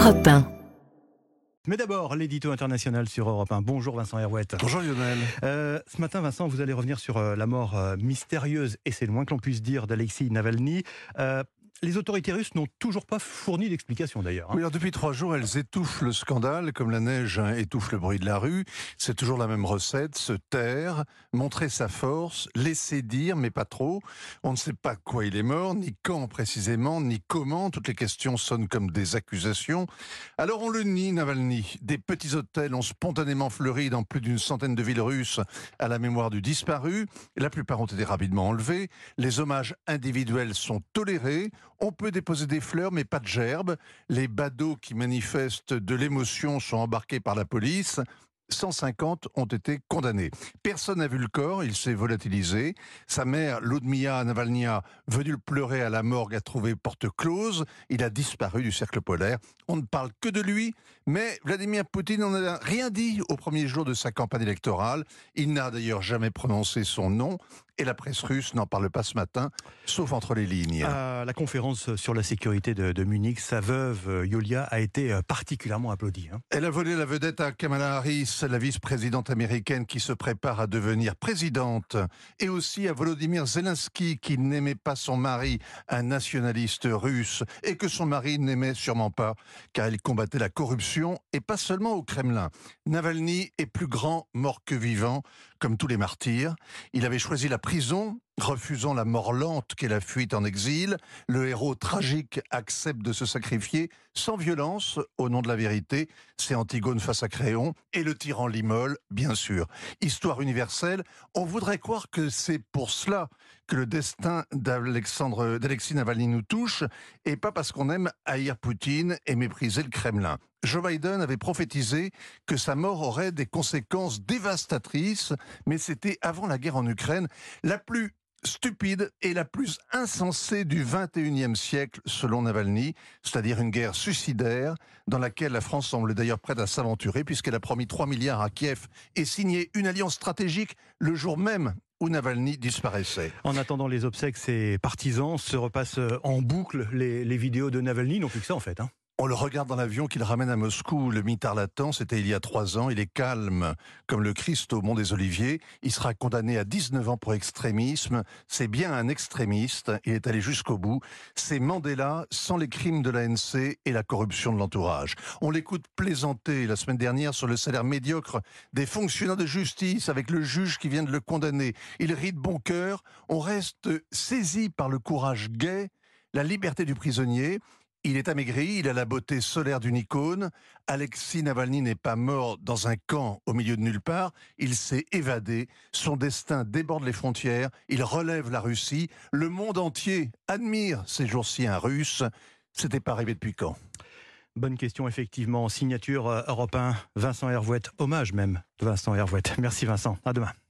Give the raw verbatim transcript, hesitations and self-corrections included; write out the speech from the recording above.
Europe un. Mais d'abord, l'édito international sur Europe un. Bonjour Vincent Herouette. Bonjour Lionel. Euh, ce matin, Vincent, vous allez revenir sur euh, la mort euh, mystérieuse, et c'est le moins que l'on puisse dire, d'Alexeï Navalny. Euh, les autorités russes n'ont toujours pas fourni d'explication d'ailleurs. Hein. Oui, alors depuis trois jours, elles étouffent le scandale comme la neige hein, étouffe le bruit de la rue. C'est toujours la même recette, se taire, montrer sa force, laisser dire, mais pas trop. On ne sait pas quoi il est mort, ni quand précisément, ni comment. Toutes les questions sonnent comme des accusations. Alors on le nie, Navalny. Des petits hôtels ont spontanément fleuri dans plus d'une centaine de villes russes à la mémoire du disparu. La plupart ont été rapidement enlevés. Les hommages individuels sont tolérés. On peut déposer des fleurs, mais pas de gerbes. Les badauds qui manifestent de l'émotion sont embarqués par la police. cent cinquante ont été condamnés. Personne n'a vu le corps, il s'est volatilisé. Sa mère, Ludmila Navalnya, venue le pleurer à la morgue, a trouvé porte close. Il a disparu du cercle polaire. On ne parle que de lui, mais Vladimir Poutine n'en a rien dit au premier jour de sa campagne électorale. Il n'a d'ailleurs jamais prononcé son nom. Et la presse russe n'en parle pas ce matin, sauf entre les lignes. À la conférence sur la sécurité de, de Munich, sa veuve, Yulia, a été particulièrement applaudie. Hein. Elle a volé la vedette à Kamala Harris, la vice-présidente américaine qui se prépare à devenir présidente. Et aussi à Volodymyr Zelensky, qui n'aimait pas son mari, un nationaliste russe, et que son mari n'aimait sûrement pas, car il combattait la corruption, et pas seulement au Kremlin. Navalny est plus grand mort que vivant, comme tous les martyrs. Il avait choisi la prison, refusant la mort lente qu'est la fuite en exil. Le héros tragique accepte de se sacrifier sans violence au nom de la vérité. C'est Antigone face à Créon et le tyran l'immole, bien sûr. Histoire universelle, on voudrait croire que c'est pour cela que le destin d'Alexandre, d'Alexeï Navalny nous touche et pas parce qu'on aime haïr Poutine et mépriser le Kremlin. Joe Biden avait prophétisé que sa mort aurait des conséquences dévastatrices, mais c'était avant la guerre en Ukraine, la plus stupide et la plus insensée du vingt et unième siècle, selon Navalny, c'est-à-dire une guerre suicidaire dans laquelle la France semble d'ailleurs prête à s'aventurer puisqu'elle a promis trois milliards à Kiev et signé une alliance stratégique le jour même où Navalny disparaissait. En attendant les obsèques, ses partisans se repassent en boucle les, les vidéos de Navalny, non plus que ça en fait. Hein. On le regarde dans l'avion qu'il ramène à Moscou. Le mitard l'attend, c'était il y a trois ans. Il est calme, comme le Christ au Mont des Oliviers. Il sera condamné à dix-neuf ans pour extrémisme. C'est bien un extrémiste. Il est allé jusqu'au bout. C'est Mandela sans les crimes de l'A N C et la corruption de l'entourage. On l'écoute plaisanter la semaine dernière sur le salaire médiocre des fonctionnaires de justice avec le juge qui vient de le condamner. Il rit de bon cœur. On reste saisi par le courage gai, la liberté du prisonnier. Il est amaigri, il a la beauté solaire d'une icône. Alexeï Navalny n'est pas mort dans un camp au milieu de nulle part. Il s'est évadé. Son destin déborde les frontières. Il relève la Russie. Le monde entier admire ces jours-ci un Russe. C'était pas arrivé depuis quand? Bonne question, effectivement. Signature euh, Europe un, Vincent Herouette. Hommage même de Vincent Herouette. Merci Vincent. À demain.